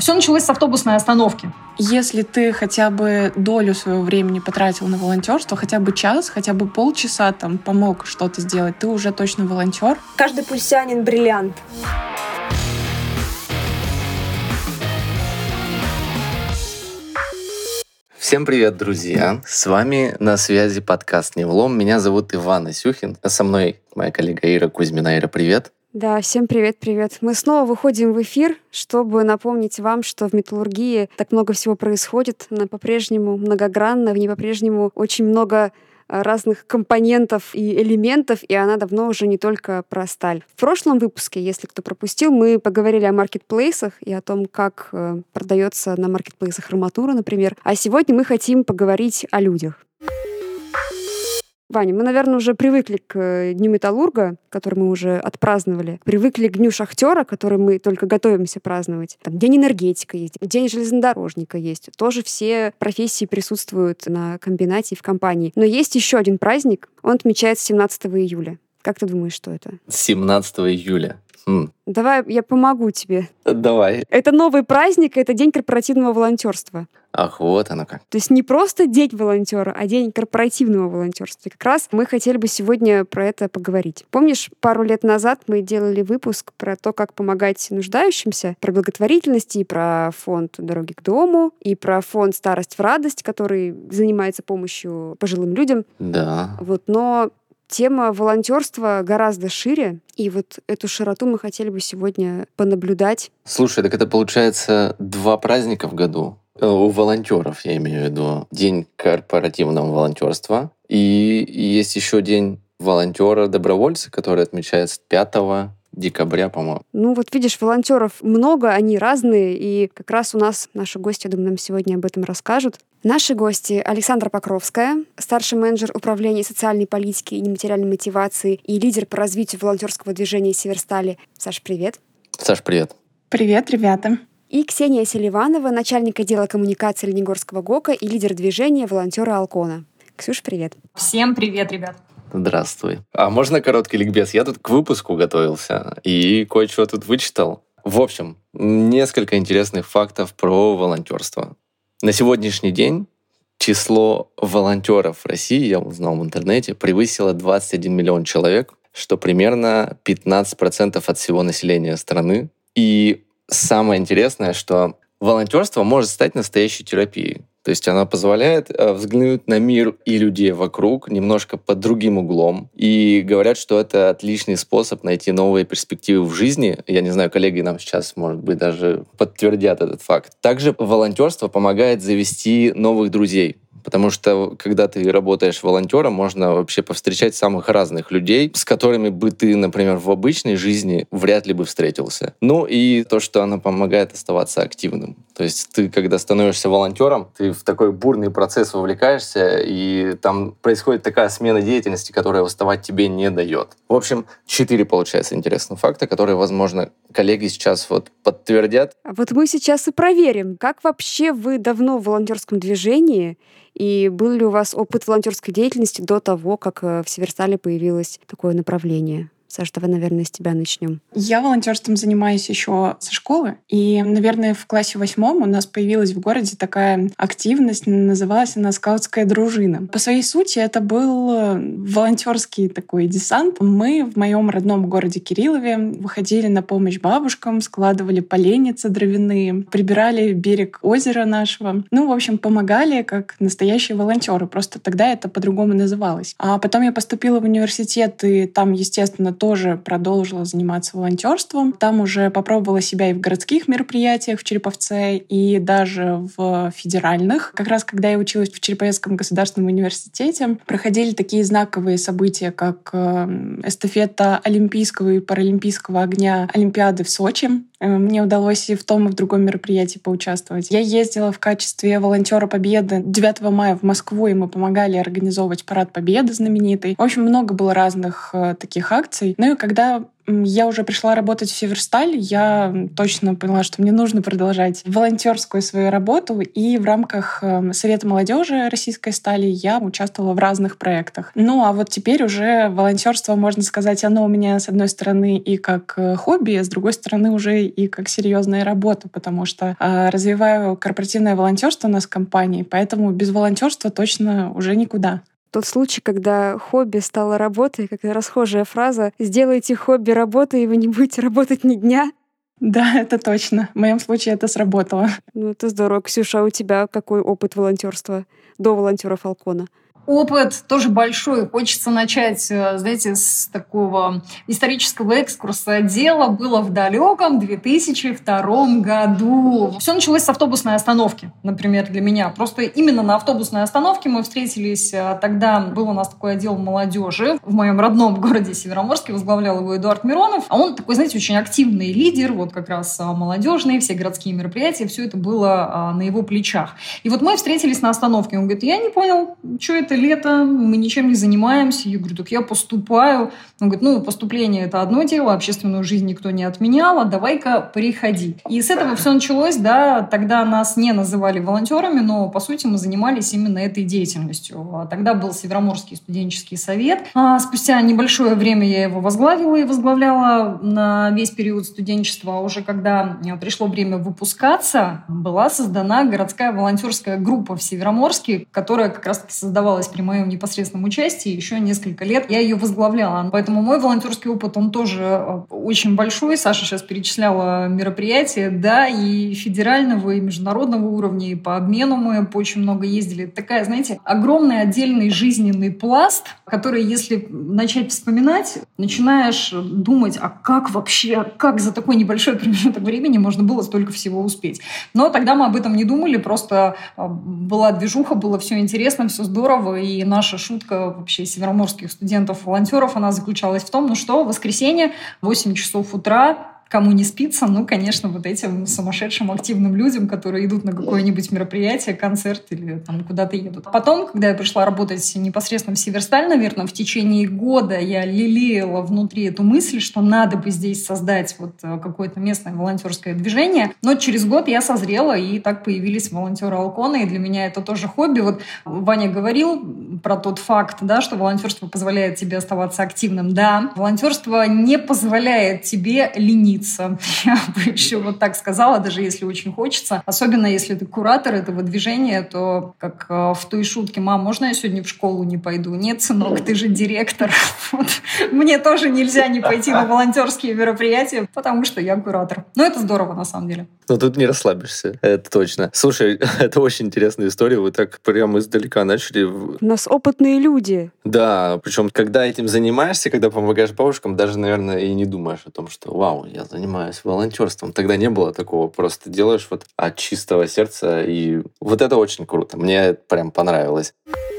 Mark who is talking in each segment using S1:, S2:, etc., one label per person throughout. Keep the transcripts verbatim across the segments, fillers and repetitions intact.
S1: Все началось с автобусной остановки.
S2: Если ты хотя бы долю своего времени потратил на волонтерство, хотя бы час, хотя бы полчаса там помог что-то сделать, ты уже точно волонтер.
S3: Каждый пульсянин — бриллиант.
S4: Всем привет, друзья! С вами на связи подкаст «Невлом». Меня зовут Иван Асюхин. А со мной моя коллега Ира Кузьмина. Ира, привет!
S5: Да, всем привет-привет. Мы снова выходим в эфир, чтобы напомнить вам, что в металлургии так много всего происходит. Она по-прежнему многогранна, в ней по-прежнему очень много разных компонентов и элементов, и она давно уже не только про сталь. В прошлом выпуске, если кто пропустил, мы поговорили о маркетплейсах и о том, как э, продается на маркетплейсах арматура, например. А сегодня мы хотим поговорить о людях. Ваня, мы, наверное, уже привыкли к Дню металлурга, который мы уже отпраздновали. Привыкли к Дню шахтера, который мы только готовимся праздновать. Там День энергетика есть, День железнодорожника есть. Тоже все профессии присутствуют на комбинате и в компании. Но есть еще один праздник. Он отмечается семнадцатого июля. Как ты думаешь, что это?
S4: семнадцатого июля. Хм.
S5: Давай я помогу тебе.
S4: Давай.
S5: Это новый праздник, это День корпоративного волонтерства.
S4: Ах, вот оно как.
S5: То есть не просто День волонтера, а День корпоративного волонтерства. И как раз мы хотели бы сегодня про это поговорить. Помнишь, пару лет назад мы делали выпуск про то, как помогать нуждающимся, про благотворительность и про фонд «Дороги к дому», и про фонд «Старость в радость», который занимается помощью пожилым людям.
S4: Да.
S5: Вот, но тема волонтерства гораздо шире, и вот эту широту мы хотели бы сегодня понаблюдать.
S4: Слушай, так это получается два праздника в году. У волонтеров, я имею в виду. День корпоративного волонтерства. И есть еще день волонтера-добровольца, который отмечается пятого декабря, по-моему.
S5: Ну вот видишь, волонтеров много, они разные, и как раз у нас наши гости, я думаю, нам сегодня об этом расскажут. Наши гости — Александра Покровская, старший менеджер управления социальной политики и нематериальной мотивации и лидер по развитию волонтерского движения «Северстали». Саш, привет.
S4: Саш, привет.
S2: Привет, ребята.
S5: И Ксения Селиванова, начальник отдела коммуникации Ленигорского ГОКа и лидер движения «Волонтеры Алкона». Ксюш, привет.
S1: Всем привет, ребят.
S4: Здравствуй. А можно короткий ликбез? Я тут к выпуску готовился и кое-что тут вычитал. В общем, несколько интересных фактов про волонтерство. На сегодняшний день число волонтеров в России, я узнал в интернете, превысило двадцать один миллион человек, что примерно пятнадцать процентов от всего населения страны. И самое интересное, что волонтерство может стать настоящей терапией. То есть она позволяет взглянуть на мир и людей вокруг немножко под другим углом. И говорят, что это отличный способ найти новые перспективы в жизни. Я не знаю, коллеги нам сейчас, может быть, даже подтвердят этот факт. Также волонтерство помогает завести новых друзей. Потому что, когда ты работаешь волонтером, можно вообще повстречать самых разных людей, с которыми бы ты, например, в обычной жизни вряд ли бы встретился. Ну и то, что она помогает оставаться активным. То есть ты, когда становишься волонтером, ты в такой бурный процесс вовлекаешься, и там происходит такая смена деятельности, которая уставать тебе не дает. В общем, четыре, получается, интересных факта, которые, возможно, коллеги сейчас вот подтвердят.
S5: А вот мы сейчас и проверим, как вообще вы давно в волонтерском движении, и был ли у вас опыт волонтерской деятельности до того, как в Северстале появилось такое направление? Саша, давай, наверное, с тебя начнем.
S2: Я волонтерством занимаюсь еще со школы. И, наверное, в классе восьмом у нас появилась в городе такая активность, называлась она «Скаутская дружина». По своей сути, это был волонтерский такой десант. Мы в моем родном городе Кириллове выходили на помощь бабушкам, складывали поленницы дровяные, прибирали берег озера нашего. Ну, в общем, помогали как настоящие волонтеры. Просто тогда это по-другому называлось. А потом я поступила в университет, и там, естественно, тоже продолжила заниматься волонтерством. Там уже попробовала себя и в городских мероприятиях в Череповце, и даже в федеральных. Как раз когда я училась в Череповецком государственном университете, проходили такие знаковые события, как эстафета олимпийского и паралимпийского огня Олимпиады в Сочи. Мне удалось и в том, и в другом мероприятии поучаствовать. Я ездила в качестве волонтера Победы девятого мая в Москву, и мы помогали организовывать парад Победы знаменитый. В общем, много было разных таких акций. Ну и когда я уже пришла работать в Северсталь, я точно поняла, что мне нужно продолжать волонтерскую свою работу, и в рамках Совета молодежи Российской стали я участвовала в разных проектах. Ну, а вот теперь уже волонтерство, можно сказать, оно у меня, с одной стороны, и как хобби, а с другой стороны, уже и как серьезная работа, потому что э, развиваю корпоративное волонтерство у нас в компании, поэтому без волонтерства точно уже никуда.
S5: Тот случай, когда хобби стало работой, как расхожая фраза «сделайте хобби работой, и вы не будете работать ни дня».
S2: Да, это точно. В моем случае это сработало.
S5: Ну, это здорово. Ксюша, а у тебя какой опыт волонтерства до волонтера Фалкона?
S1: Опыт тоже большой. Хочется начать, знаете, с такого исторического экскурса. Дело было в далеком две тысячи втором году. Все началось с автобусной остановки, например, для меня. Просто именно на автобусной остановке мы встретились. Тогда был у нас такой отдел молодежи в моем родном городе Североморске. Возглавлял его Эдуард Миронов. А он такой, знаете, очень активный лидер, вот как раз молодежные, все городские мероприятия. Все это было на его плечах. И вот мы встретились на остановке. Он говорит, я не понял, что это лето, мы ничем не занимаемся. Я говорю, так я поступаю. Он говорит, ну, поступление – это одно дело, общественную жизнь никто не отменял, а давай-ка приходи. И с этого все началось, да, тогда нас не называли волонтерами, но, по сути, мы занимались именно этой деятельностью. Тогда был Североморский студенческий совет. А спустя небольшое время я его возглавила и возглавляла на весь период студенчества. А уже когда пришло время выпускаться, была создана городская волонтерская группа в Североморске, которая как раз-таки создавалась при моем непосредственном участии еще несколько лет. Я ее возглавляла. Поэтому мой волонтерский опыт, он тоже очень большой. Саша сейчас перечисляла мероприятия, да, и федерального, и международного уровня, и по обмену мы очень много ездили. Это такая, знаете, огромный отдельный жизненный пласт, который, если начать вспоминать, начинаешь думать, а как вообще, как за такой небольшой промежуток времени можно было столько всего успеть. Но тогда мы об этом не думали, просто была движуха, было все интересно, все здорово, и наша шутка вообще североморских студентов-волонтеров, она заключалась в том, ну что, воскресенье, восемь часов утра, кому не спится, ну, конечно, вот этим сумасшедшим активным людям, которые идут на какое-нибудь мероприятие, концерт или там куда-то едут. Потом, когда я пришла работать непосредственно в Северсталь, наверное, в течение года я лелеяла внутри эту мысль, что надо бы здесь создать вот какое-то местное волонтерское движение. Но через год я созрела, и так появились волонтеры Алкона, и для меня это тоже хобби. Вот Ваня говорил про тот факт, да, что волонтерство позволяет тебе оставаться активным. Да, волонтерство не позволяет тебе лениться. Я бы еще вот так сказала, даже если очень хочется. Особенно если ты куратор этого движения, то как в той шутке: «Мам, можно я сегодня в школу не пойду?» «Нет, сынок, ты же директор». Вот. Мне тоже нельзя не пойти на волонтерские мероприятия, потому что я куратор. Но это здорово на самом деле.
S4: Но тут не расслабишься, это точно. Слушай, это очень интересная история. Вы так прямо издалека начали.
S5: У нас опытные люди.
S4: Да, причем когда этим занимаешься, когда помогаешь бабушкам, даже, наверное, и не думаешь о том, что вау, я занимаюсь волонтерством. Тогда не было такого. Просто делаешь вот от чистого сердца. И вот это очень круто. Мне прям понравилось.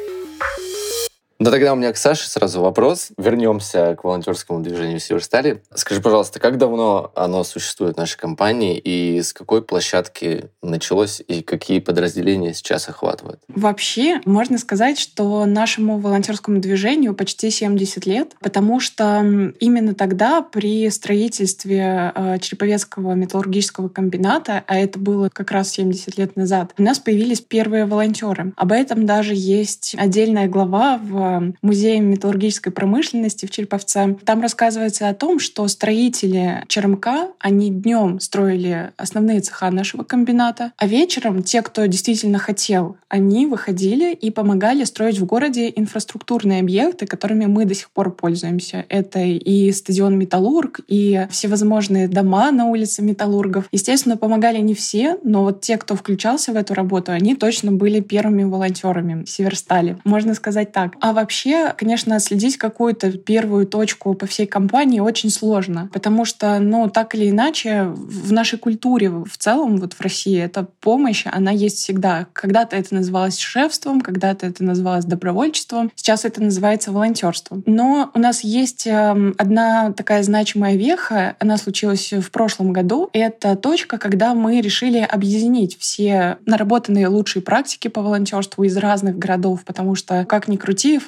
S4: Но тогда у меня к Саше сразу вопрос. Вернемся к волонтерскому движению в Северстале. Скажи, пожалуйста, как давно оно существует в нашей компании, и с какой площадки началось, и какие подразделения сейчас охватывает?
S2: Вообще, можно сказать, что нашему волонтерскому движению почти семьдесят лет, потому что именно тогда при строительстве Череповецкого металлургического комбината, а это было как раз семьдесят лет назад, у нас появились первые волонтеры. Об этом даже есть отдельная глава в Музее металлургической промышленности в Череповце. Там рассказывается о том, что строители ЧРМК, они днем строили основные цеха нашего комбината, а вечером те, кто действительно хотел, они выходили и помогали строить в городе инфраструктурные объекты, которыми мы до сих пор пользуемся. Это и стадион «Металлург», и всевозможные дома на улице Металлургов. Естественно, помогали не все, но вот те, кто включался в эту работу, они точно были первыми волонтерами в Северстале. Можно сказать так. А вообще, конечно, отследить какую-то первую точку по всей компании очень сложно, потому что, ну, так или иначе, в нашей культуре в целом, вот в России, эта помощь, она есть всегда. Когда-то это называлось шефством, когда-то это называлось добровольчеством, сейчас это называется волонтерством. Но у нас есть одна такая значимая веха, она случилась в прошлом году. Это точка, когда мы решили объединить все наработанные лучшие практики по волонтерству из разных городов, потому что, как ни крути,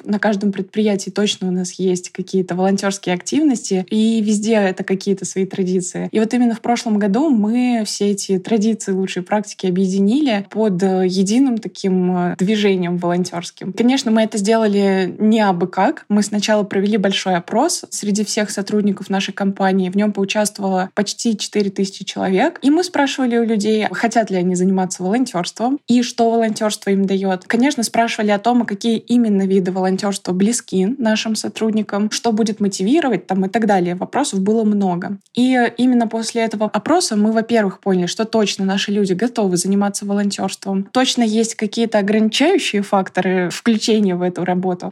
S2: На каждом предприятии точно у нас есть какие-то волонтерские активности, и везде это какие-то свои традиции. И вот именно в прошлом году мы все эти традиции, лучшие практики объединили под единым таким движением волонтерским. Конечно, мы это сделали не абы как. Мы сначала провели большой опрос среди всех сотрудников нашей компании. В нем поучаствовало почти четыре тысячи человек. И мы спрашивали у людей, хотят ли они заниматься волонтерством и что волонтерство им дает. Конечно, спрашивали о том, какие именно виды волонтерства близки нашим сотрудникам, что будет мотивировать там, и так далее. Вопросов было много. И именно после этого опроса мы, во-первых, поняли, что точно наши люди готовы заниматься волонтерством. Точно есть какие-то ограничающие факторы включения в эту работу,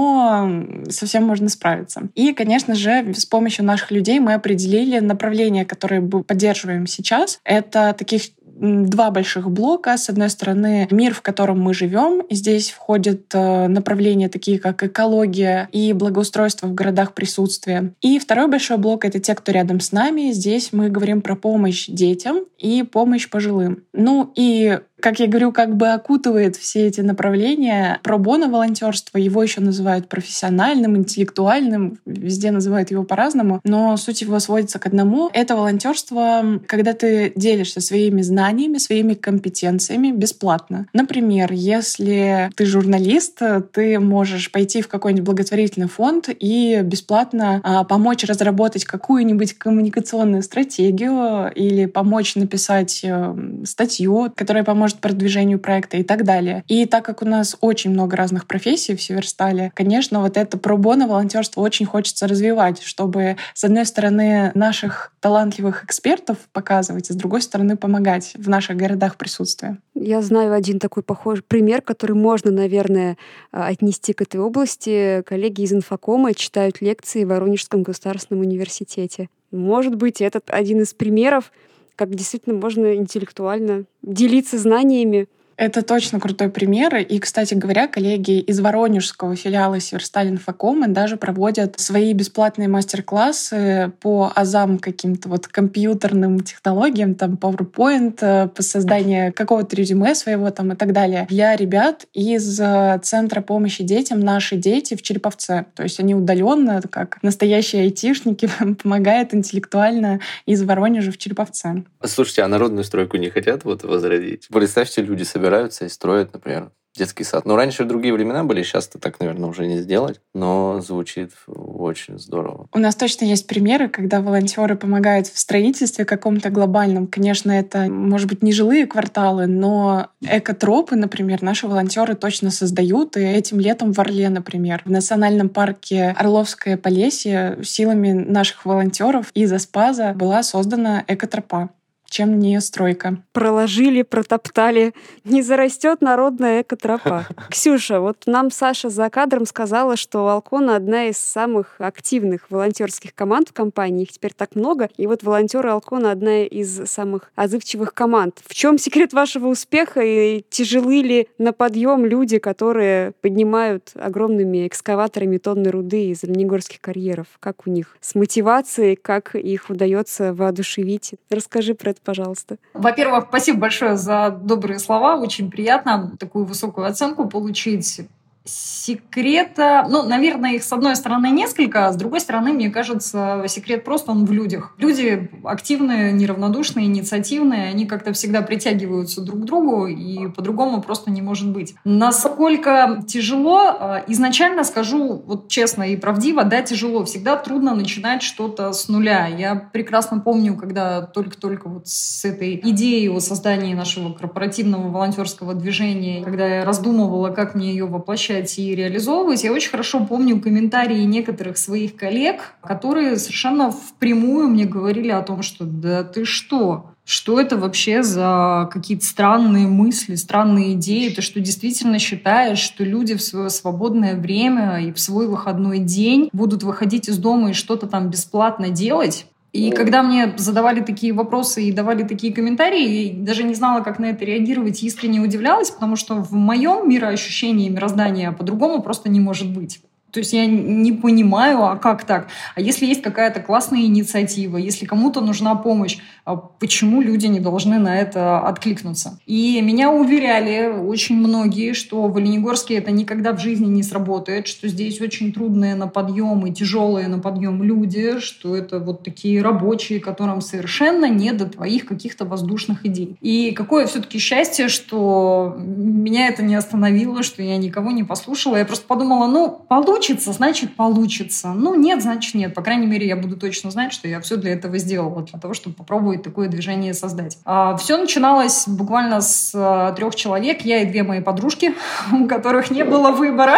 S2: но совсем можно справиться. И, конечно же, с помощью наших людей мы определили направления, которые мы поддерживаем сейчас. Это таких два больших блока. С одной стороны, мир, в котором мы живем. Здесь входят направления такие, как экология и благоустройство в городах присутствия. И второй большой блок — это те, кто рядом с нами. Здесь мы говорим про помощь детям и помощь пожилым. Ну и как я говорю, как бы окутывает все эти направления про-боно волонтерство. Его еще называют профессиональным, интеллектуальным. Везде называют его по-разному. Но суть его сводится к одному. Это волонтерство, когда ты делишься своими знаниями, своими компетенциями бесплатно. Например, если ты журналист, ты можешь пойти в какой-нибудь благотворительный фонд и бесплатно а, помочь разработать какую-нибудь коммуникационную стратегию или помочь написать э, статью, которая поможет продвижению проекта и так далее. И так как у нас очень много разных профессий в Северстале, конечно, вот это про-боно волонтерство очень хочется развивать, чтобы, с одной стороны, наших талантливых экспертов показывать, а с другой стороны, помогать в наших городах присутствия.
S5: Я знаю один такой похожий пример, который можно, наверное, отнести к этой области. Коллеги из инфокома читают лекции в Воронежском государственном университете. Может быть, этот один из примеров, как действительно можно интеллектуально делиться знаниями.
S2: Это точно крутой пример. И, кстати говоря, коллеги из воронежского филиала Северсталь Инфокома даже проводят свои бесплатные мастер-классы по азам каким-то вот компьютерным технологиям, там PowerPoint, по созданию какого-то резюме своего там и так далее для ребят из Центра помощи детям «Наши дети» в Череповце. То есть они удаленно, как настоящие айтишники, помогают интеллектуально из Воронежа в Череповце.
S4: Слушайте, а народную стройку не хотят вот возродить? Представьте, люди собираются и строят, например, детский сад. Ну, раньше другие времена были, сейчас-то так, наверное, уже не сделать, но звучит очень здорово.
S2: У нас точно есть примеры, когда волонтеры помогают в строительстве каком-то глобальном. Конечно, это, может быть, не жилые кварталы, но экотропы, например, наши волонтеры точно создают. И этим летом в Орле, например, в национальном парке Орловское Полесье силами наших волонтеров из Аспаза была создана экотропа. Чем не стройка.
S5: Проложили, протоптали. Не зарастет народная экотропа. Ксюша, вот нам Саша за кадром сказала, что Алкона одна из самых активных волонтерских команд в компании. Их теперь так много. И вот волонтеры Алкона одна из самых отзывчивых команд. В чем секрет вашего успеха? И тяжелы ли на подъем люди, которые поднимают огромными экскаваторами тонны руды из оленегорских карьеров? Как у них с мотивацией? Как их удается воодушевить? Расскажи про это, пожалуйста.
S1: Во-первых, спасибо большое за добрые слова. Очень приятно такую высокую оценку получить. Секрета, ну, наверное, их с одной стороны несколько, а с другой стороны, мне кажется, секрет просто он в людях. Люди активные, неравнодушные, инициативные, они как-то всегда притягиваются друг к другу, и по-другому просто не может быть. Насколько тяжело, изначально скажу вот честно и правдиво, да, тяжело, всегда трудно начинать что-то с нуля. Я прекрасно помню, когда только-только вот с этой идеей о создании нашего корпоративного волонтерского движения, когда я раздумывала, как мне ее воплощать и реализовывать. Я очень хорошо помню комментарии некоторых своих коллег, которые совершенно впрямую мне говорили о том, что да ты что? Что это вообще за какие-то странные мысли, странные идеи? Ты что, действительно считаешь, что люди в свое свободное время и в свой выходной день будут выходить из дома и что-то там бесплатно делать? И когда мне задавали такие вопросы и давали такие комментарии, я даже не знала, как на это реагировать, искренне удивлялась, потому что в моем мироощущении, мироздании по-другому просто не может быть. То есть я не понимаю, а как так? А если есть какая-то классная инициатива, если кому-то нужна помощь, почему люди не должны на это откликнуться? И меня уверяли очень многие, что в Оленегорске это никогда в жизни не сработает, что здесь очень трудные на подъем и тяжелые на подъем люди, что это вот такие рабочие, которым совершенно не до твоих каких-то воздушных идей. И какое все-таки счастье, что меня это не остановило, что я никого не послушала. Я просто подумала, ну, получится. Получится, значит, получится. Ну, нет, значит, нет. По крайней мере, я буду точно знать, что я все для этого сделала, для того, чтобы попробовать такое движение создать. А все начиналось буквально с а, трех человек. Я и две мои подружки, у которых не было выбора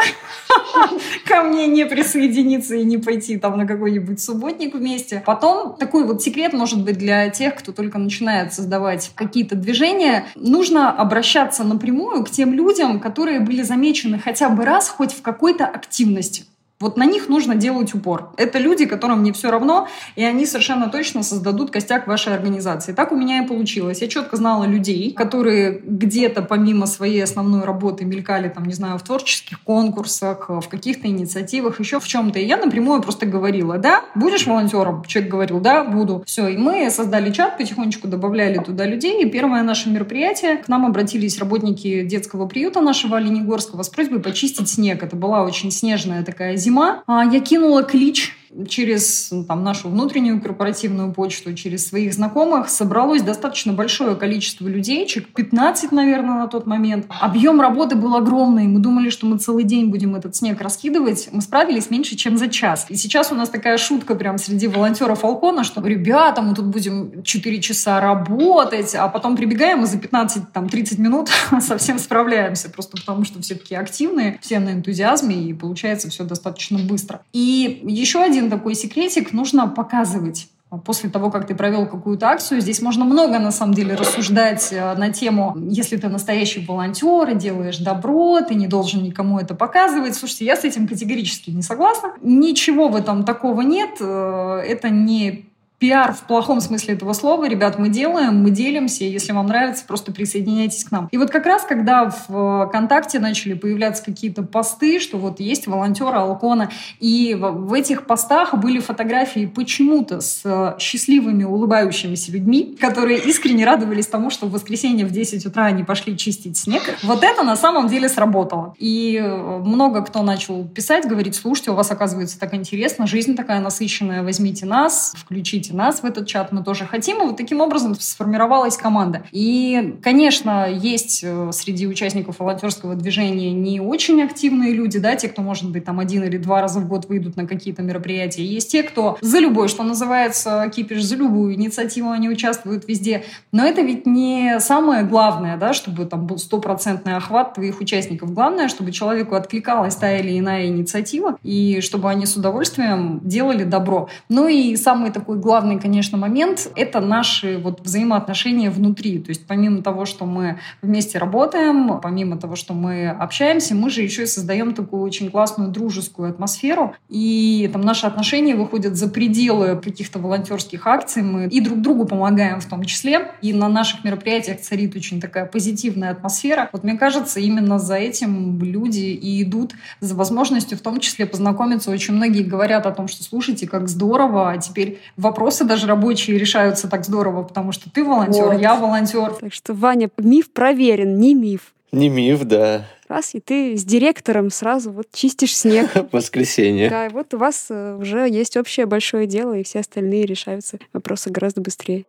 S1: ко мне не присоединиться и не пойти там на какой-нибудь субботник вместе. Потом такой вот секрет, может быть, для тех, кто только начинает создавать какие-то движения. Нужно обращаться напрямую к тем людям, которые были замечены хотя бы раз хоть в какой-то активности. Вот на них нужно делать упор. Это люди, которым не все равно, и они совершенно точно создадут костяк вашей организации. Так у меня и получилось. Я четко знала людей, которые где-то помимо своей основной работы мелькали, там, не знаю, в творческих конкурсах, в каких-то инициативах, еще в чем-то. И я напрямую просто говорила, да, будешь волонтером? Человек говорил, да, буду. Все, и мы создали чат, потихонечку добавляли туда людей. И первое наше мероприятие, к нам обратились работники детского приюта нашего Оленегорского с просьбой почистить снег. Это была очень снежная такая зима. Я кинула клич через там, нашу внутреннюю корпоративную почту, через своих знакомых. Собралось достаточно большое количество людей, человек пятнадцать, наверное, на тот момент. Объем работы был огромный. Мы думали, что мы целый день будем этот снег раскидывать. Мы справились меньше, чем за час. И сейчас у нас такая шутка прям среди волонтеров Алкона, что, ребята, мы тут будем четыре часа работать, а потом прибегаем и за пятнадцать-тридцать минут совсем справляемся. Просто потому, что все такие активные, все на энтузиазме, и получается все достаточно быстро. И еще один такой секретик нужно показывать. После того, как ты провел какую-то акцию, здесь можно много, на самом деле, рассуждать на тему, если ты настоящий волонтер и делаешь добро, ты не должен никому это показывать. Слушайте, я с этим категорически не согласна. Ничего в этом такого нет. Это не пиар в плохом смысле этого слова. Ребят, мы делаем, мы делимся. Если вам нравится, просто присоединяйтесь к нам. И вот как раз, когда в ВКонтакте начали появляться какие-то посты, что вот есть волонтеры Алкона, и в этих постах были фотографии почему-то с счастливыми, улыбающимися людьми, которые искренне радовались тому, что в воскресенье в десять утра они пошли чистить снег. Вот это на самом деле сработало. И много кто начал писать, говорить, слушайте, у вас, оказывается, так интересно, жизнь такая насыщенная, возьмите нас, включите нас в этот чат, мы тоже хотим. И вот таким образом сформировалась команда. И, конечно, есть среди участников волонтерского движения не очень активные люди, да, те, кто, может быть, там один или два раза в год выйдут на какие-то мероприятия. Есть те, кто за любой, что называется, кипиш, за любую инициативу, они участвуют везде. Но это ведь не самое главное, да, чтобы там был стопроцентный охват твоих участников. Главное, чтобы человеку откликалась та или иная инициатива, и чтобы они с удовольствием делали добро. Ну и самый такой главный Главный, конечно, момент — это наши вот взаимоотношения внутри. То есть помимо того, что мы вместе работаем, помимо того, что мы общаемся, мы же еще и создаем такую очень классную дружескую атмосферу. И там наши отношения выходят за пределы каких-то волонтерских акций. Мы и друг другу помогаем в том числе. И на наших мероприятиях царит очень такая позитивная атмосфера. Вот мне кажется, именно за этим люди и идут, за возможностью в том числе познакомиться. Очень многие говорят о том, что слушайте, как здорово, а теперь вопрос даже рабочие решаются так здорово, потому что ты волонтер, вот. Я волонтер.
S5: Так что, Ваня, миф проверен, не миф.
S4: Не миф, да.
S5: Раз, и ты с директором сразу вот чистишь снег.
S4: Воскресенье.
S5: Да, и вот у вас уже есть общее большое дело, и все остальные решаются вопросы гораздо быстрее.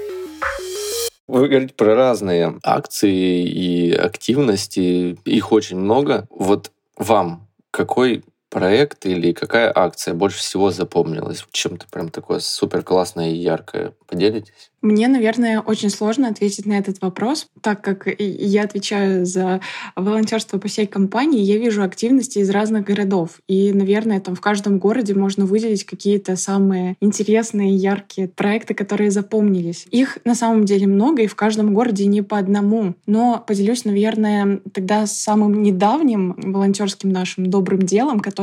S4: Вы говорите про разные акции и активности, их очень много. Вот вам какой проект или какая акция больше всего запомнилась? Чем-то прям такое супер классное и яркое. Поделитесь?
S2: Мне, наверное, очень сложно ответить на этот вопрос, так как я отвечаю за волонтерство по всей компании, я вижу активности из разных городов. И, наверное, там в каждом городе можно выделить какие-то самые интересные, яркие проекты, которые запомнились. Их на самом деле много, и в каждом городе не по одному. Но поделюсь, наверное, тогда самым недавним волонтерским нашим добрым делом, которое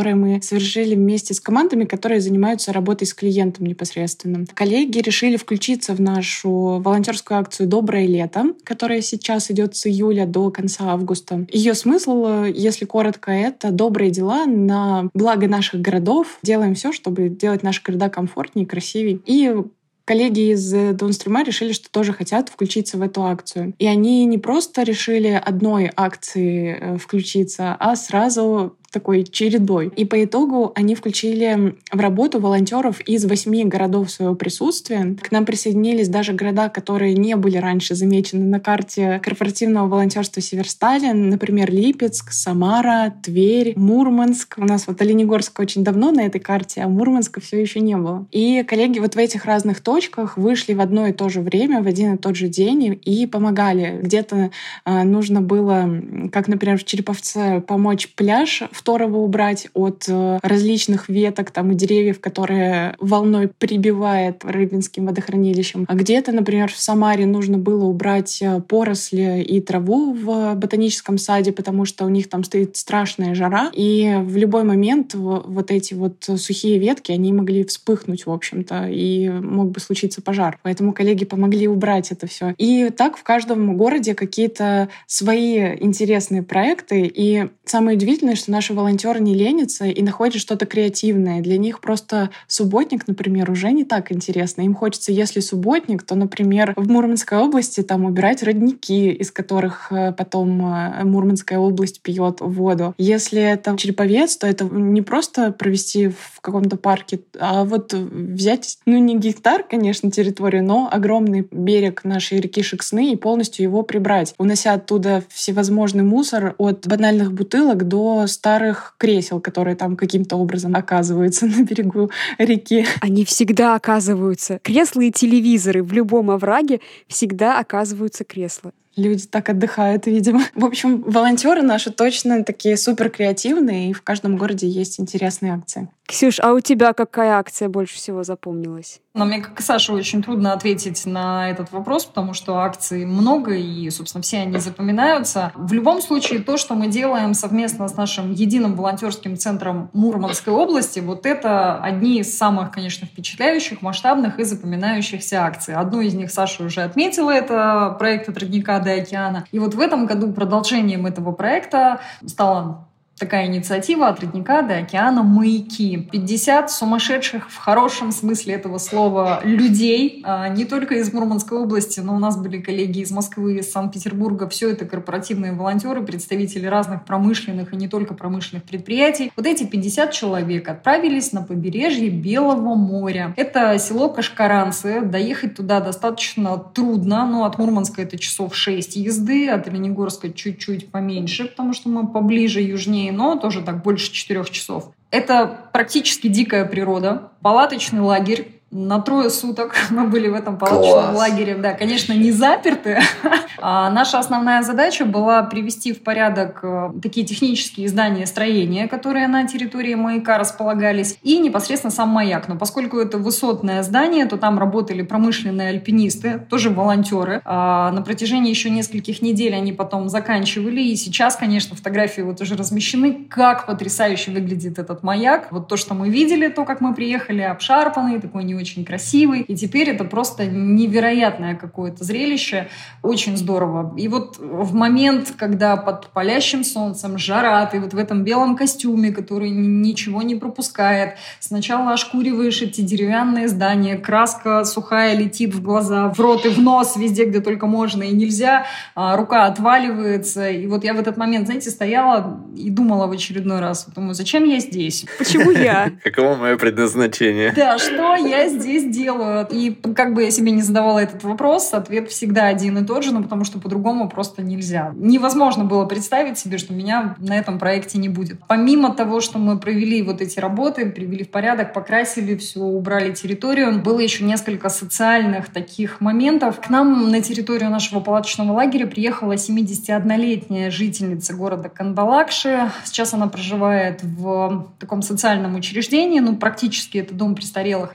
S2: которые мы совершили вместе с командами, которые занимаются работой с клиентом непосредственно. Коллеги решили включиться в нашу волонтерскую акцию «Доброе лето», которая сейчас идет с июля до конца августа. Ее смысл, если коротко, это добрые дела на благо наших городов. Делаем все, чтобы делать наши города комфортнее, красивее. И коллеги из Даунстрима решили, что тоже хотят включиться в эту акцию. И они не просто решили одной акции включиться, а сразу такой чередой. И по итогу они включили в работу волонтеров из восьми городов своего присутствия. К нам присоединились даже города, которые не были раньше замечены на карте корпоративного волонтерства Северсталин, например, Липецк, Самара, Тверь, Мурманск. У нас вот Оленегорск очень давно на этой карте, а Мурманска все еще не было. И коллеги вот в этих разных точках вышли в одно и то же время, в один и тот же день и помогали. Где-то э, нужно было, как, например, в Череповце, помочь пляж Второво убрать от различных веток там, и деревьев, которые волной прибивает Рыбинским водохранилищем. А где-то, например, в Самаре нужно было убрать поросли и траву в ботаническом саде, потому что у них там стоит страшная жара, и в любой момент вот эти вот сухие ветки, они могли вспыхнуть, в общем-то, и мог бы случиться пожар. Поэтому коллеги помогли убрать это все. И так в каждом городе какие-то свои интересные проекты, и самое удивительное, что наши волонтеры не ленятся и находят что-то креативное. Для них просто субботник, например, уже не так интересно. Им хочется, если субботник, то, например, в Мурманской области там убирать родники, из которых потом Мурманская область пьет воду. Если это Череповец, то это не просто провести в каком-то парке, а вот взять, ну, не гектар, конечно, территорию, но огромный берег нашей реки Шексны и полностью его прибрать, унося оттуда всевозможный мусор от банальных бутылок до старых кресел, которые там каким-то образом оказываются на берегу реки.
S5: Они всегда оказываются. Кресла и телевизоры в любом овраге всегда оказываются кресла.
S2: Люди так отдыхают, видимо. В общем, волонтеры наши точно такие супер креативные, и в каждом городе есть интересные акции.
S5: Ксюш, а у тебя какая акция больше всего запомнилась?
S1: Но мне, как и Саше, очень трудно ответить на этот вопрос, потому что акций много, и, собственно, все они запоминаются. В любом случае, то, что мы делаем совместно с нашим единым волонтерским центром Мурманской области, вот это одни из самых, конечно, впечатляющих, масштабных и запоминающихся акций. Одну из них Саша уже отметила, это проект «От родника до океана». И вот в этом году продолжением этого проекта стала такая инициатива «От родника до океана. Маяки». пятьдесят сумасшедших в хорошем смысле этого слова людей, не только из Мурманской области, но у нас были коллеги из Москвы, из Санкт-Петербурга. Все это корпоративные волонтеры, представители разных промышленных и не только промышленных предприятий. Вот эти пятьдесят человек отправились на побережье Белого моря. Это село Кашкаранцы. Доехать туда достаточно трудно, но от Мурманска это часов шесть езды, от Оленегорска чуть-чуть поменьше, потому что мы поближе, южнее, но тоже так больше четырех часов. Это практически дикая природа, палаточный лагерь. На трое суток мы были в этом палаточном
S4: Класс.
S1: лагере. Да, конечно, не заперты. А наша основная задача была привести в порядок такие технические здания, строения, которые на территории маяка располагались, и непосредственно сам маяк. Но поскольку это высотное здание, то там работали промышленные альпинисты, тоже волонтеры. А на протяжении еще нескольких недель они потом заканчивали. И сейчас, конечно, фотографии вот уже размещены, как потрясающе выглядит этот маяк. Вот то, что мы видели, то, как мы приехали, обшарпанный, такой не очень красивый. И теперь это просто невероятное какое-то зрелище. Очень здорово. И вот в момент, когда под палящим солнцем жара, ты вот в этом белом костюме, который ничего не пропускает, сначала ошкуриваешь эти деревянные здания, краска сухая летит в глаза, в рот и в нос, везде, где только можно и нельзя, рука отваливается. И вот я в этот момент, знаете, стояла и думала в очередной раз, думаю, зачем я здесь?
S5: Почему я?
S4: Каково мое предназначение?
S1: Да, что я здесь делаю? И как бы я себе не задавала этот вопрос, ответ всегда один и тот же, ну, потому что по-другому просто нельзя. Невозможно было представить себе, что меня на этом проекте не будет. Помимо того, что мы провели вот эти работы, привели в порядок, покрасили все, убрали территорию, было еще несколько социальных таких моментов. К нам на территорию нашего палаточного лагеря приехала семидесятиоднолетняя жительница города Кандалакши. Сейчас она проживает в таком социальном учреждении, ну, практически это дом престарелых. Когда-то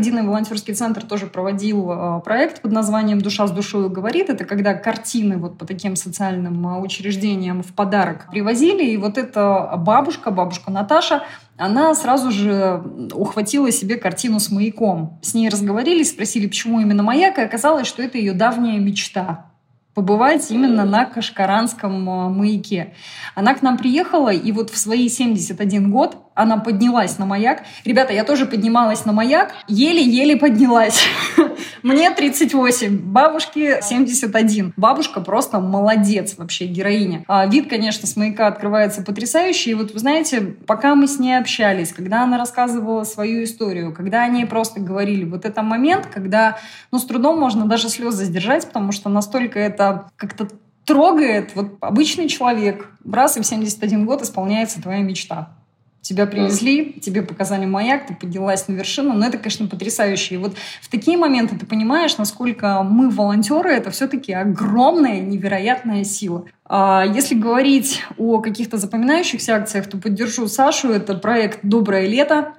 S1: единый волонтерский центр тоже проводил э, проект под названием «Душа с душою говорит». Это когда картины вот по таким социальным э, учреждениям в подарок привозили. И вот эта бабушка, бабушка Наташа, она сразу же ухватила себе картину с маяком. С ней разговорили, спросили, почему именно маяк, и оказалось, что это ее давняя мечта — побывать именно на Кашкаранском маяке. Она к нам приехала, и вот в свои семьдесят один год она поднялась на маяк. Ребята, я тоже поднималась на маяк, еле-еле поднялась. Мне тридцать восемь, бабушке семьдесят один. Бабушка просто молодец, вообще героиня. А вид, конечно, с маяка открывается потрясающий. И вот вы знаете, пока мы с ней общались, когда она рассказывала свою историю, когда они просто говорили, вот это момент, когда, ну, с трудом можно даже слезы сдержать, потому что настолько это как-то трогает. Вот обычный человек, раз и в семьдесят один год исполняется твоя мечта. Тебя привезли, тебе показали маяк, ты поднялась на вершину. Но это, конечно, потрясающе. И вот в такие моменты ты понимаешь, насколько мы, волонтеры, это все-таки огромная, невероятная сила. А если говорить о каких-то запоминающихся акциях, то поддержу Сашу. Это проект «Доброе лето».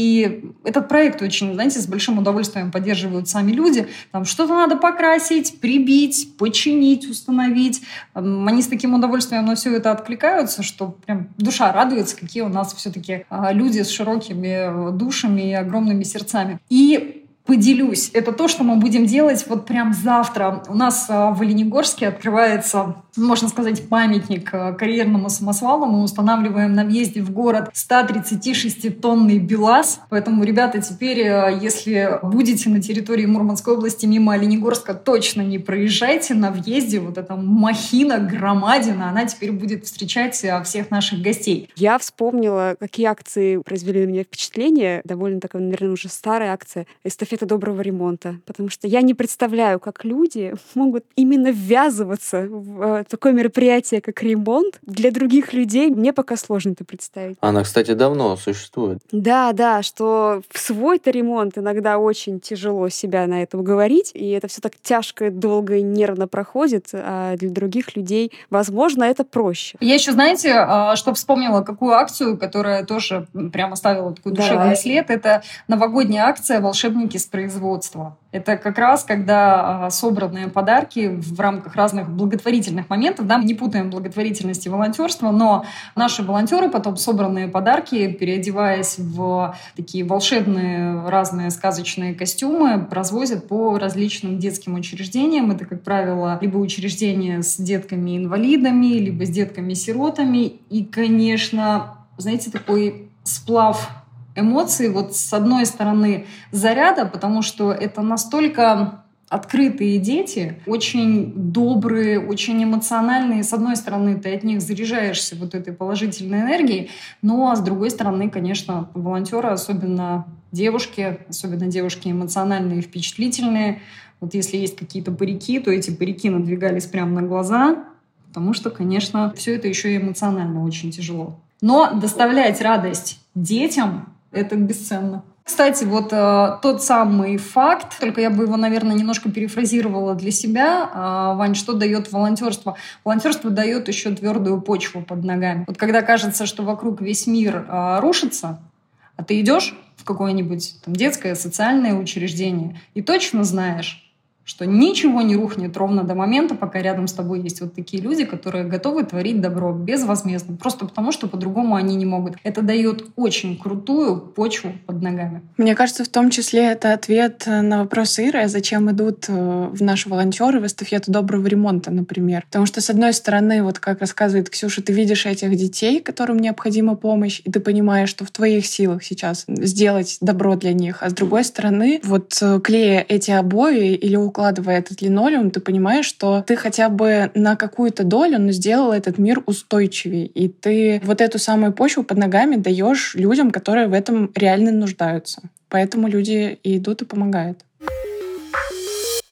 S1: И этот проект очень, знаете, с большим удовольствием поддерживают сами люди. Там что-то надо покрасить, прибить, починить, установить. Они с таким удовольствием на все это откликаются, что прям душа радуется, какие у нас все-таки люди с широкими душами и огромными сердцами. И поделюсь. Это то, что мы будем делать вот прям завтра. У нас в Оленегорске открывается, можно сказать, памятник карьерному самосвалу. Мы устанавливаем на въезде в город сто тридцать шесть тонный БелАЗ. Поэтому, ребята, теперь, если будете на территории Мурманской области мимо Оленегорска, точно не проезжайте на въезде. Вот эта махина, громадина, она теперь будет встречать всех наших гостей.
S5: Я вспомнила, какие акции произвели на меня впечатление. Довольно такая, наверное, уже старая акция. Эстафета доброго ремонта. Потому что я не представляю, как люди могут именно ввязываться в такое мероприятие, как ремонт. Для других людей мне пока сложно это представить.
S4: Она, кстати, давно существует.
S5: Да, да, что в свой-то ремонт иногда очень тяжело себя на это уговорить, и это все так тяжко, долго и нервно проходит, а для других людей, возможно, это проще.
S1: Я еще, знаете, что вспомнила, какую акцию, которая тоже прямо оставила такой душевный
S5: Давай.
S1: след, это новогодняя акция «Волшебники с производства». Это как раз, когда собранные подарки в рамках разных благотворительных моментов, да, мы не путаем благотворительность и волонтерство, но наши волонтеры потом собранные подарки, переодеваясь в такие волшебные разные сказочные костюмы, развозят по различным детским учреждениям. Это, как правило, либо учреждения с детками-инвалидами, либо с детками-сиротами. И, конечно, знаете, такой сплав эмоций, вот с одной стороны заряда, потому что это настолько открытые дети, очень добрые, очень эмоциональные. С одной стороны, ты от них заряжаешься вот этой положительной энергией, но с другой стороны, конечно, волонтеры, особенно девушки, особенно девушки эмоциональные и впечатлительные, вот если есть какие-то парики, то эти парики надвигались прямо на глаза, потому что, конечно, все это еще и эмоционально очень тяжело. Но доставлять радость детям — это бесценно. Кстати, вот э, тот самый факт, только я бы его, наверное, немножко перефразировала для себя. Э, Вань, что дает волонтерство? Волонтерство дает еще твердую почву под ногами. Вот когда кажется, что вокруг весь мир э, рушится, а ты идешь в какое-нибудь там детское социальное учреждение и точно знаешь, что ничего не рухнет ровно до момента, пока рядом с тобой есть вот такие люди, которые готовы творить добро безвозмездно, просто потому, что по-другому они не могут. Это дает очень крутую почву под ногами.
S2: Мне кажется, в том числе это ответ на вопрос Иры, зачем идут в наши волонтеры в эстафету доброго ремонта, например. Потому что, с одной стороны, вот как рассказывает Ксюша, ты видишь этих детей, которым необходима помощь, и ты понимаешь, что в твоих силах сейчас сделать добро для них. А с другой стороны, вот клея эти обои или укладывая этот линолеум, ты понимаешь, что ты хотя бы на какую-то долю, но сделал этот мир устойчивее. И ты вот эту самую почву под ногами даешь людям, которые в этом реально нуждаются. Поэтому люди и идут, и помогают.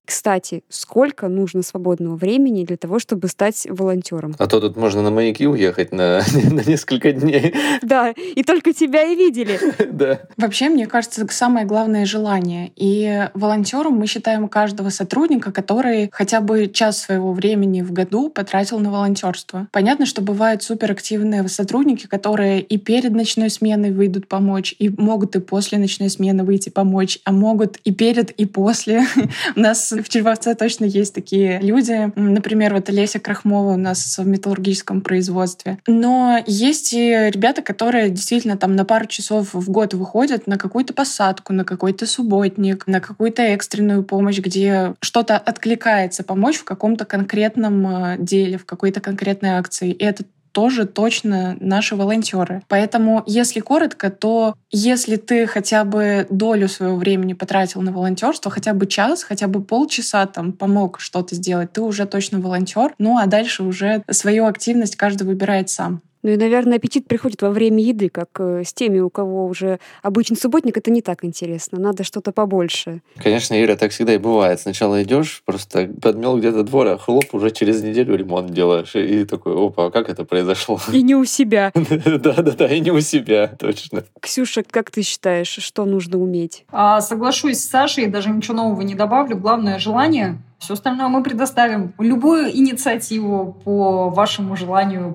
S5: Кстати, сколько нужно свободного времени для того, чтобы стать волонтером?
S4: А то тут можно на маяки уехать на, на несколько дней.
S5: Да, и только тебя и видели.
S4: Да.
S2: Вообще, мне кажется, самое главное — желание. И волонтером мы считаем каждого сотрудника, который хотя бы час своего времени в году потратил на волонтерство. Понятно, что бывают суперактивные сотрудники, которые и перед ночной сменой выйдут помочь, и могут и после ночной смены выйти помочь, а могут и перед, и после. У нас в Череповце точно есть такие люди. Например, вот Олеся Крахмова у нас в металлургическом производстве. Но есть и ребята, которые действительно там на пару часов в год выходят на какую-то посадку, на какой-то субботник, на какую-то экстренную помощь, где что-то откликается помочь в каком-то конкретном деле, в какой-то конкретной акции. И это тоже точно наши волонтеры. Поэтому, если коротко, то если ты хотя бы долю своего времени потратил на волонтерство, хотя бы час, хотя бы полчаса там помог что-то сделать, ты уже точно волонтер. Ну а дальше уже свою активность каждый выбирает сам.
S5: Ну и, наверное, аппетит приходит во время еды, как с теми, у кого уже обычный субботник, это не так интересно. Надо что-то побольше.
S4: Конечно, Ира, так всегда и бывает. Сначала идешь, просто подмел где-то двор, а хлоп, уже через неделю ремонт делаешь. И такой, опа, а как это произошло?
S5: И не у себя.
S4: Да-да-да, и не у себя, точно.
S5: Ксюша, как ты считаешь, что нужно уметь?
S1: А, соглашусь с Сашей, даже ничего нового не добавлю. Главное — желание. Все остальное мы предоставим. Любую инициативу по вашему желанию,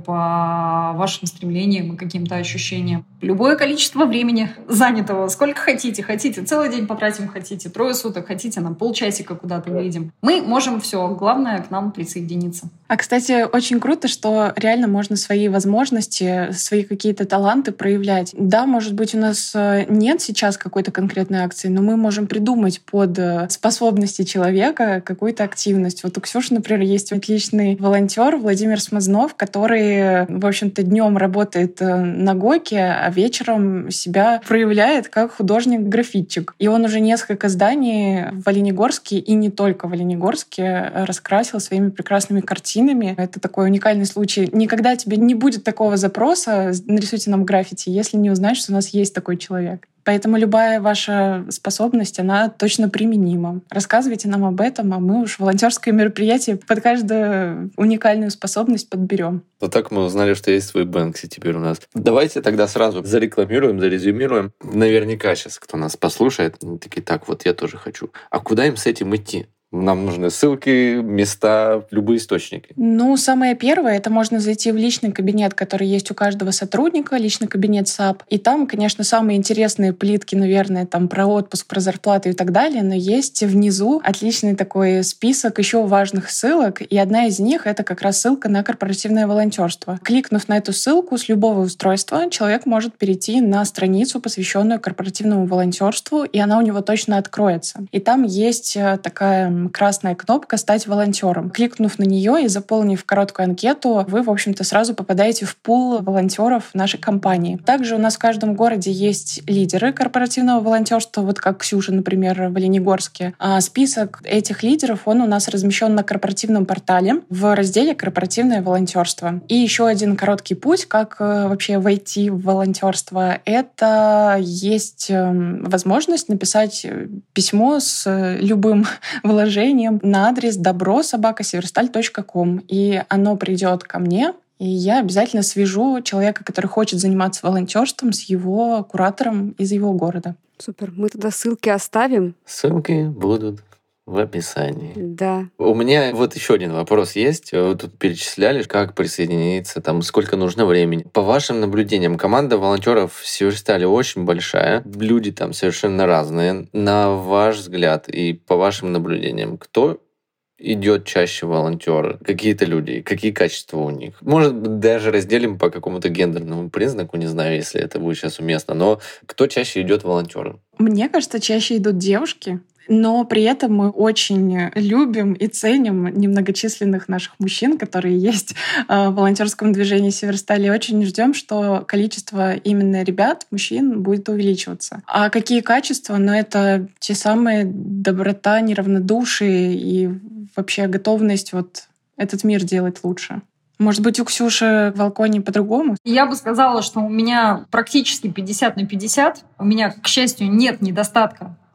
S1: по вашим стремлениям и каким-то ощущениям. Любое количество времени занятого. Сколько хотите. Хотите, целый день потратим, хотите, трое суток, хотите, на полчасика куда-то выйдем. Мы можем все. Главное — к нам присоединиться.
S2: А, кстати, очень круто, что реально можно свои возможности, свои какие-то таланты проявлять. Да, может быть, у нас нет сейчас какой-то конкретной акции, но мы можем придумать под способности человека какую-то активность. Вот у Ксюши, например, есть отличный волонтер Владимир Смазнов, который, в общем-то, днем работает на ГОКе, а вечером себя проявляет как художник-графитчик. И он уже несколько зданий в Оленегорске и не только в Оленегорске раскрасил своими прекрасными картинами. Это такой уникальный случай. Никогда тебе не будет такого запроса «нарисуйте нам граффити», если не узнаешь, что у нас есть такой человек. Поэтому любая ваша способность, она точно применима. Рассказывайте нам об этом, а мы уж волонтерское мероприятие под каждую уникальную способность подберем.
S4: Вот так мы узнали, что есть свой Бэнкси теперь у нас. Давайте тогда сразу зарекламируем, зарезюмируем. Наверняка сейчас кто нас послушает, такие, так, вот я тоже хочу. А куда им с этим идти? Нам нужны ссылки, места, любые источники.
S2: Ну, самое первое, это можно зайти в личный кабинет, который есть у каждого сотрудника, личный кабинет САП. И там, конечно, самые интересные плитки, наверное, там про отпуск, про зарплату и так далее, но есть внизу отличный такой список еще важных ссылок, и одна из них — это как раз ссылка на корпоративное волонтерство. Кликнув на эту ссылку с любого устройства, человек может перейти на страницу, посвященную корпоративному волонтерству, и она у него точно откроется. И там есть такая красная кнопка «Стать волонтером». Кликнув на нее и заполнив короткую анкету, вы, в общем-то, сразу попадаете в пул волонтеров нашей компании. Также у нас в каждом городе есть лидеры корпоративного волонтерства, вот как Ксюша, например, в Оленегорске. А список этих лидеров, он у нас размещен на корпоративном портале в разделе «Корпоративное волонтерство». И еще один короткий путь, как вообще войти в волонтерство, это есть возможность написать письмо с любым вложением на адрес добро собака северсталь точка ком. И оно придет ко мне, и я обязательно свяжу человека, который хочет заниматься волонтерством, с его куратором из его города.
S5: Супер. Мы тогда ссылки оставим.
S4: Ссылки будут в описании.
S5: Да.
S4: У меня вот еще один вопрос есть. Вы тут перечисляли, как присоединиться, там, сколько нужно времени. По вашим наблюдениям, команда волонтеров в Северстале очень большая. Люди там совершенно разные. На ваш взгляд и по вашим наблюдениям, кто идет чаще волонтеры? Какие-то люди? Какие качества у них? Может быть, даже разделим по какому-то гендерному признаку, не знаю, если это будет сейчас уместно, но кто чаще идет волонтеры?
S2: Мне кажется, чаще идут девушки. Но при этом мы очень любим и ценим немногочисленных наших мужчин, которые есть в волонтерском движении Северстали. И очень ждем, что количество именно ребят, мужчин, будет увеличиваться. А какие качества? Ну, это те самые доброта, неравнодушие и вообще готовность вот этот мир делать лучше. Может быть, у Ксюши в Волконе по-другому?
S1: Я бы сказала, что у меня практически пятьдесят на пятьдесят. У меня, к счастью, нет недостатка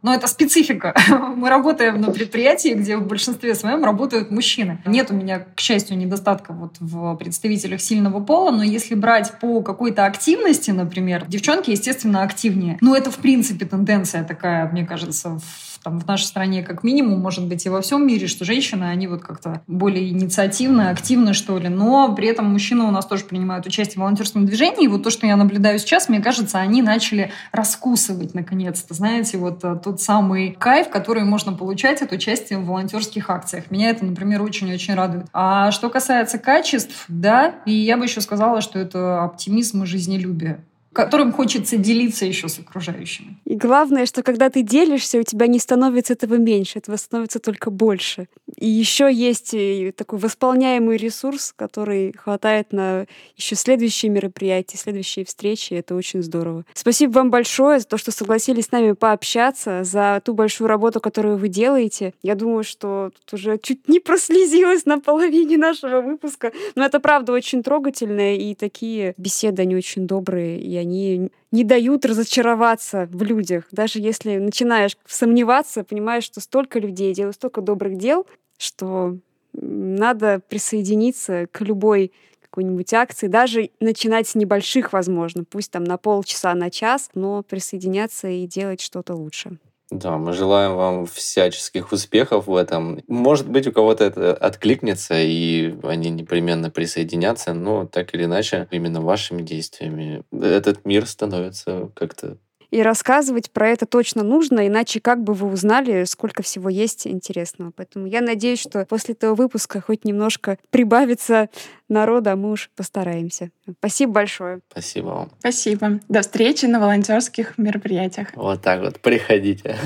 S1: Но это специфика. Мы работаем на предприятии, где в большинстве своем работают мужчины. Нет у меня, к счастью, недостатка вот в представителях сильного пола, но если брать по какой-то активности, например, девчонки, естественно, активнее. Но это, в принципе, тенденция такая, мне кажется, в, там, в нашей стране как минимум, может быть, и во всем мире, что женщины, они вот как-то более инициативны, активны, что ли. Но при этом мужчины у нас тоже принимают участие в волонтерском движении. И вот то, что я наблюдаю сейчас, мне кажется, они начали раскусывать, наконец-то, знаете, вот тот самый кайф, который можно получать от участия в волонтерских акциях. Меня это, например, очень-очень радует. А что касается качеств, да, и я бы еще сказала, что это оптимизм и жизнелюбие, которым хочется делиться еще с окружающими.
S5: И главное, что когда ты делишься, у тебя не становится этого меньше, этого становится только больше. И еще есть такой восполняемый ресурс, который хватает на еще следующие мероприятия, следующие встречи. Это очень здорово. Спасибо вам большое за то, что согласились с нами пообщаться, за ту большую работу, которую вы делаете. Я думаю, что тут уже чуть не прослезилась на половине нашего выпуска. Но это правда очень трогательно, и такие беседы, они очень добрые, и они не дают разочароваться в людях. Даже если начинаешь сомневаться, понимаешь, что столько людей делают столько добрых дел, что надо присоединиться к любой какой-нибудь акции, даже начинать с небольших, возможно, пусть там на полчаса, на час, но присоединяться и делать что-то лучше.
S4: Да, мы желаем вам всяческих успехов в этом. Может быть, у кого-то это откликнется, и они непременно присоединятся, но так или иначе, именно вашими действиями этот мир становится как-то...
S5: И рассказывать про это точно нужно, иначе как бы вы узнали, сколько всего есть интересного. Поэтому я надеюсь, что после этого выпуска хоть немножко прибавится народа, а мы уж постараемся. Спасибо большое.
S4: Спасибо вам.
S2: Спасибо. До встречи на волонтерских мероприятиях.
S4: Вот так вот, приходите.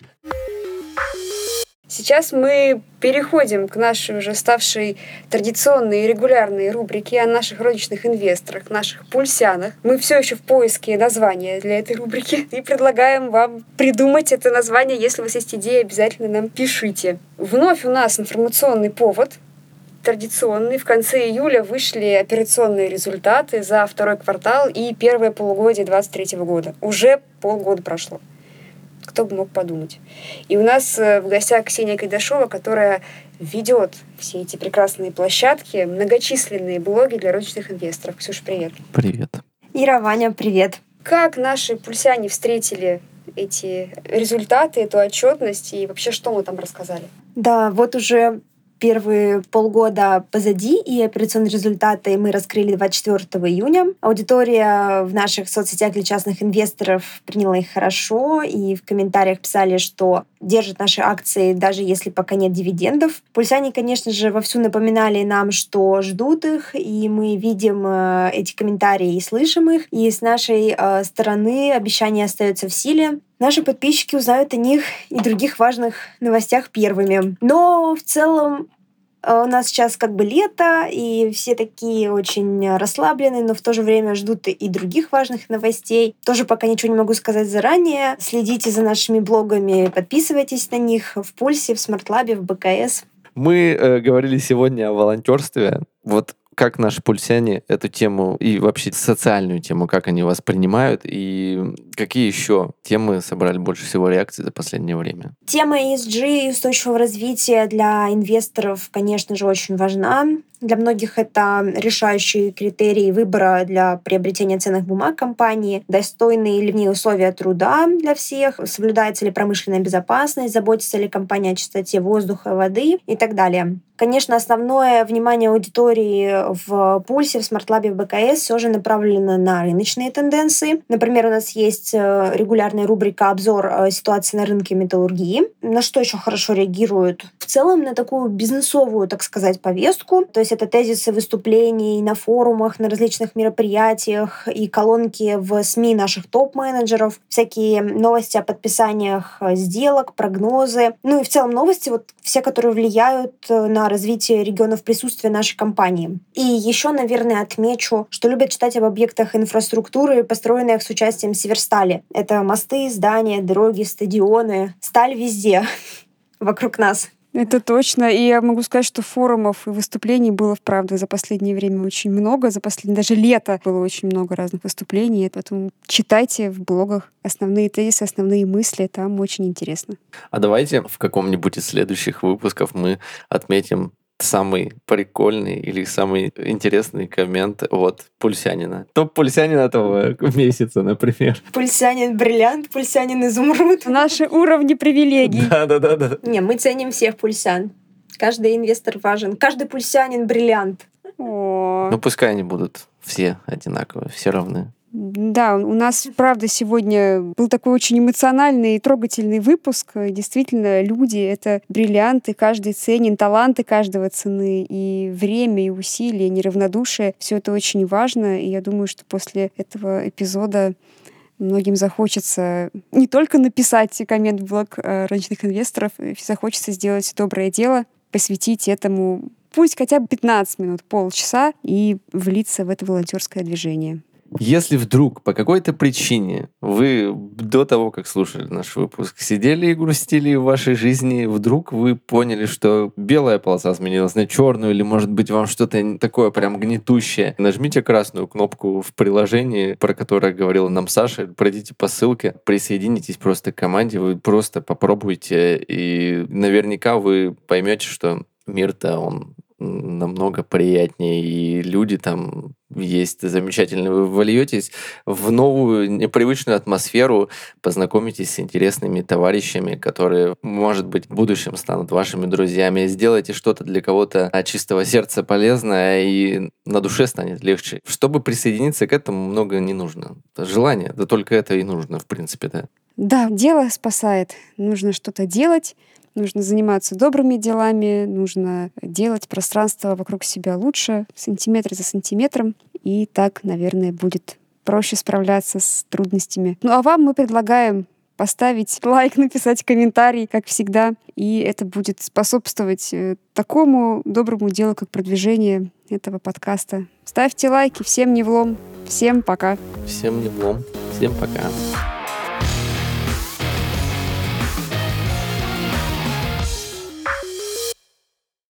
S5: Сейчас мы переходим к нашей уже ставшей традиционной и регулярной рубрике о наших розничных инвесторах, наших пульсянах. Мы все еще в поиске названия для этой рубрики и предлагаем вам придумать это название. Если у вас есть идеи, обязательно нам пишите. Вновь у нас информационный повод. Традиционный. В конце июля вышли операционные результаты за второй квартал и первое полугодие две тысячи двадцать третьего года. Уже полгода прошло. Кто бы мог подумать. И у нас в гостях Ксения Кайдашова, которая ведет все эти прекрасные площадки, многочисленные блоги для розничных инвесторов. Ксюша, привет.
S4: Привет.
S3: Ира, Ваня, привет.
S5: Как наши пульсяне встретили эти результаты, эту отчетность и вообще что мы там рассказали?
S3: Да, вот уже первые полгода позади, и операционные результаты мы раскрыли двадцать четвёртого июня. Аудитория в наших соцсетях для частных инвесторов приняла их хорошо, и в комментариях писали, что держат наши акции, даже если пока нет дивидендов. Пульсяне, конечно же, вовсю напоминали нам, что ждут их, и мы видим эти комментарии и слышим их. И с нашей стороны обещание остается в силе. Наши подписчики узнают о них и других важных новостях первыми. Но в целом у нас сейчас как бы лето, и все такие очень расслабленные, но в то же время ждут и других важных новостей. Тоже пока ничего не могу сказать заранее. Следите за нашими блогами, подписывайтесь на них в Пульсе, в SmartLab, в БКС.
S4: Мы э, говорили сегодня о волонтерстве. Вот как наши пульсяне эту тему и вообще социальную тему, как они воспринимают, и какие еще темы собрали больше всего реакций за последнее время?
S3: Тема и эс джи и устойчивого развития для инвесторов, конечно же, очень важна. Для многих это решающий критерий выбора для приобретения ценных бумаг компании, достойные ли в ней условия труда для всех, соблюдается ли промышленная безопасность, заботится ли компания о чистоте воздуха, воды и так далее. Конечно, основное внимание аудитории в Пульсе, в SmartLab, в БКС все же направлено на рыночные тенденции. Например, у нас есть регулярная рубрика «Обзор ситуации на рынке металлургии». На что еще хорошо реагируют? В целом на такую бизнесовую, так сказать, повестку. То есть это тезисы выступлений на форумах, на различных мероприятиях и колонки в СМИ наших топ-менеджеров, всякие новости о подписаниях сделок, прогнозы. Ну и в целом новости, вот все, которые влияют на развитие регионов присутствия нашей компании. И еще, наверное, отмечу, что любят читать об объектах инфраструктуры, построенных с участием Северстали. Это мосты, здания, дороги, стадионы. Сталь везде вокруг нас.
S5: Это точно. И я могу сказать, что форумов и выступлений было, вправду, за последнее время очень много. За последнее даже лето было очень много разных выступлений. Поэтому читайте в блогах основные тезисы, основные мысли. Там очень интересно.
S4: А давайте в каком-нибудь из следующих выпусков мы отметим самый прикольный или самый интересный коммент от пульсянина. Топ пульсянина этого месяца, например.
S3: Пульсянин бриллиант, пульсянин изумруд.
S5: Наши уровни привилегий.
S4: Да-да-да.
S3: Не, мы ценим всех пульсян. Каждый инвестор важен. Каждый пульсянин бриллиант.
S5: О.
S4: Ну, пускай они будут все одинаковые, все равны.
S5: Да, у нас, правда, сегодня был такой очень эмоциональный и трогательный выпуск. Действительно, люди — это бриллианты, каждый ценен, таланты каждого цены, и время, и усилия, и неравнодушие. Все это очень важно, и я думаю, что после этого эпизода многим захочется не только написать коммент в блог рыночных инвесторов, захочется сделать доброе дело, посвятить этому пусть хотя бы пятнадцать минут, полчаса, и влиться в это волонтерское движение.
S4: Если вдруг по какой-то причине вы до того, как слушали наш выпуск, сидели и грустили в вашей жизни, вдруг вы поняли, что белая полоса сменилась на черную, или, может быть, вам что-то такое прям гнетущее, нажмите красную кнопку в приложении, про которое говорила нам Саша, пройдите по ссылке, присоединитесь просто к команде, вы просто попробуйте, и наверняка вы поймете, что мир-то он намного приятнее, и люди там есть замечательные. Вы вольетесь в новую, непривычную атмосферу, познакомитесь с интересными товарищами, которые, может быть, в будущем станут вашими друзьями. Сделайте что-то для кого-то от чистого сердца полезное, и на душе станет легче. Чтобы присоединиться к этому, много не нужно. Желание, да только это и нужно, в принципе, да.
S5: Да, дело спасает. Нужно что-то делать, нужно заниматься добрыми делами, нужно делать пространство вокруг себя лучше, сантиметр за сантиметром, и так, наверное, будет проще справляться с трудностями. Ну а вам мы предлагаем поставить лайк, написать комментарий, как всегда, и это будет способствовать такому доброму делу, как продвижение этого подкаста. Ставьте лайки, всем не влом, всем пока.
S4: Всем не влом, всем пока.